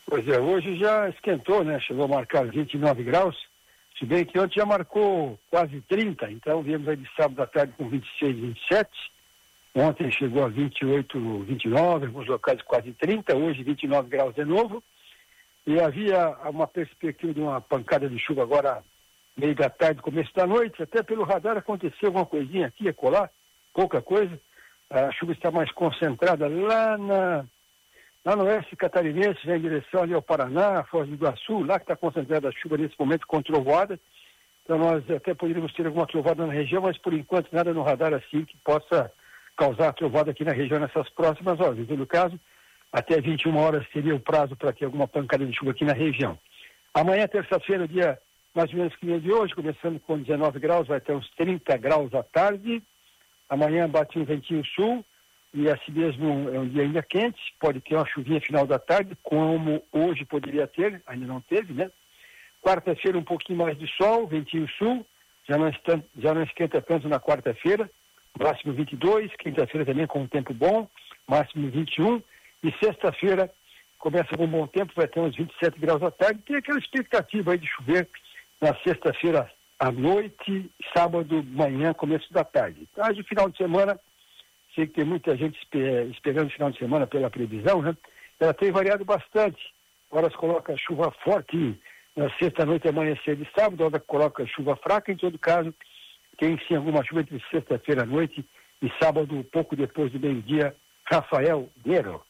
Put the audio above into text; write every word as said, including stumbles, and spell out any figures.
Pois é, hoje já esquentou, né? Chegou a marcar vinte e nove graus, se bem que ontem já marcou quase trinta, então viemos aí de sábado à tarde com vinte e seis, vinte e sete, ontem chegou a vinte e oito, vinte e nove, alguns locais quase trinta, hoje vinte e nove graus de novo, e havia uma perspectiva de uma pancada de chuva agora meio da tarde, começo da noite, até pelo radar aconteceu alguma coisinha aqui e acolá, pouca coisa, a chuva está mais concentrada lá na... lá no oeste catarinense, já em direção ali ao Paraná, Foz do Iguaçu, lá que está concentrada a chuva nesse momento com trovoada. Então nós até poderíamos ter alguma trovada na região, mas por enquanto nada no radar assim que possa causar trovada aqui na região nessas próximas horas. Em todo caso, até vinte e uma horas seria o prazo para ter alguma pancada de chuva aqui na região. Amanhã, terça-feira, dia mais ou menos que nem de hoje, começando com dezenove graus, vai ter uns trinta graus à tarde. Amanhã bate um ventinho sul. E assim mesmo é um dia ainda quente, pode ter uma chuvinha final da tarde, como hoje poderia ter, ainda não teve, né? Quarta-feira um pouquinho mais de sol, ventinho sul, já não, está, já não esquenta tanto na quarta-feira, máximo vinte e dois, quinta-feira também com um tempo bom, máximo vinte e um, e sexta-feira começa com um bom tempo, vai ter uns vinte e sete graus à tarde, tem aquela expectativa aí de chover na sexta-feira à noite, sábado, manhã, começo da tarde. Mas no final de semana, sei que tem muita gente esperando o final de semana pela previsão, né? Ela tem variado bastante. Horas coloca chuva forte na sexta-noite, amanhecer de sábado, horas coloca chuva fraca. Em todo caso, tem sim alguma chuva entre sexta-feira à noite e sábado, pouco depois do meio-dia. Rafael Guerreiro.